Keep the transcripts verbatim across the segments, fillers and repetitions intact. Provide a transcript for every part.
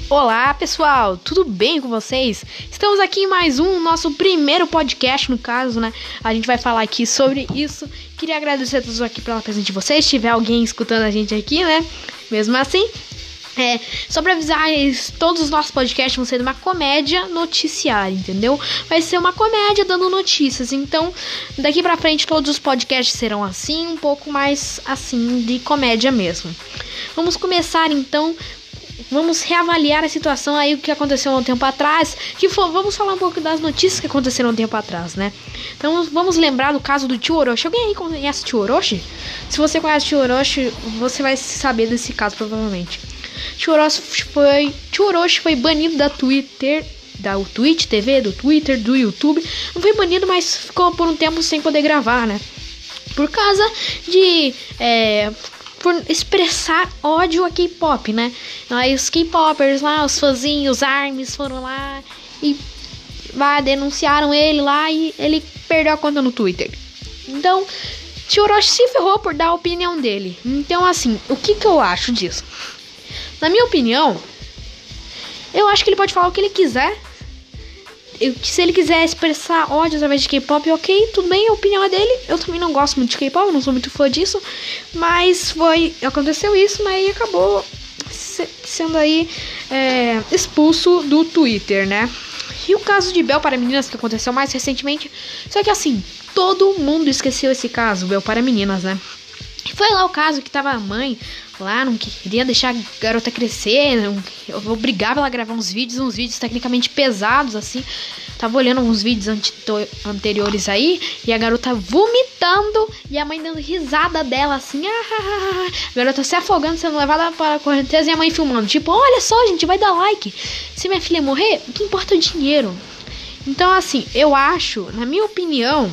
Olá pessoal, tudo bem com vocês? Estamos aqui em mais um, nosso primeiro podcast no caso, né? A gente vai falar aqui sobre isso. Queria agradecer a todos aqui pela presença de vocês. Se tiver alguém escutando a gente aqui, né? Mesmo assim, é, só pra avisar, todos os nossos podcasts vão ser uma comédia noticiária, entendeu? Vai ser uma comédia dando notícias. Então, daqui pra frente todos os podcasts serão assim, um pouco mais assim, de comédia mesmo. Vamos começar então. Vamos reavaliar a situação aí, o que aconteceu há um tempo atrás. Que for, vamos falar um pouco das notícias que aconteceram um tempo atrás, né? Então vamos lembrar do caso do tio Orochi. Alguém aí conhece o tio Orochi? Se você conhece o tio Orochi, você vai saber desse caso provavelmente. Tio Orochi foi, tio Orochi foi banido da Twitter, da Twitch T V, do Twitter, do YouTube. Não foi banido, mas ficou por um tempo sem poder gravar, né? Por causa de... É, por expressar ódio a K-pop, né? Aí os K-popers lá, os fãzinhos, os ARMYs foram lá e lá, denunciaram ele lá e ele perdeu a conta no Twitter. Então, tio Orochi se ferrou por dar a opinião dele. Então, assim, o que que eu acho disso? Na minha opinião, eu acho que ele pode falar o que ele quiser. Eu, se ele quiser expressar ódio através de K-pop, ok, tudo bem, a opinião é dele. Eu também não gosto muito de K-pop, não sou muito fã disso. Mas foi, aconteceu isso, né, e acabou se, sendo aí é, expulso do Twitter, né. E o caso de Bel para Meninas, que aconteceu mais recentemente. Só que assim, todo mundo esqueceu esse caso, Bel para Meninas, né. Foi lá o caso que tava a mãe lá, não queria deixar a garota crescer, não, eu obrigava ela a gravar uns vídeos, uns vídeos tecnicamente pesados, assim. Tava olhando uns vídeos anteriores aí, e a garota vomitando, e a mãe dando risada dela, assim, ah, ah, ah, a garota se afogando, sendo levada para a correnteza, e a mãe filmando, tipo, olha só, gente, vai dar like. Se minha filha morrer, o que importa é o dinheiro. Então, assim, eu acho, na minha opinião,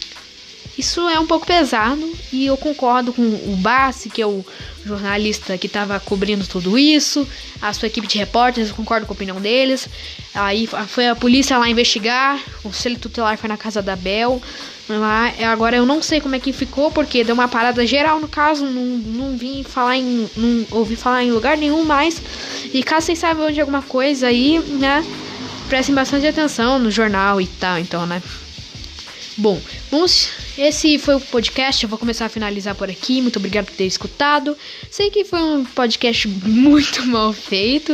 isso é um pouco pesado, e eu concordo com o Bassi, que é o jornalista que estava cobrindo tudo isso, a sua equipe de repórteres, eu concordo com a opinião deles. Aí foi a polícia lá investigar, o conselho tutelar foi na casa da Bel. Lá, agora eu não sei como é que ficou, porque deu uma parada geral no caso, não, não vim falar em, não ouvi falar em lugar nenhum mais. E caso vocês saibam de alguma coisa aí, né, prestem bastante atenção no jornal e tal, então, né. Bom, vamos, esse foi o podcast, eu vou começar a finalizar por aqui, muito obrigado por ter escutado. Sei que foi um podcast muito mal feito,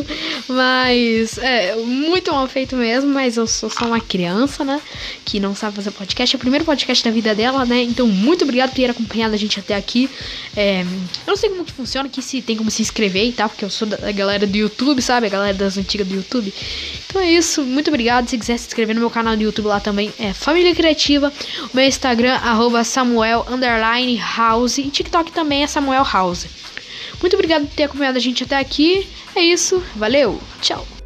mas, é, muito mal feito mesmo, mas eu sou só uma criança, né, que não sabe fazer podcast, é o primeiro podcast da vida dela, né, então muito obrigado por ter acompanhado a gente até aqui. É, eu não sei como que funciona, que se tem como se inscrever e tal, porque eu sou da galera do YouTube, sabe, a galera das antigas do YouTube. Então é isso, muito obrigado. Se quiser se inscrever no meu canal do YouTube lá também, é Família Criativa. O meu Instagram, arroba Samuel underline House. E TikTok também é Samuel House. Muito obrigado por ter acompanhado a gente até aqui. É isso, valeu, tchau.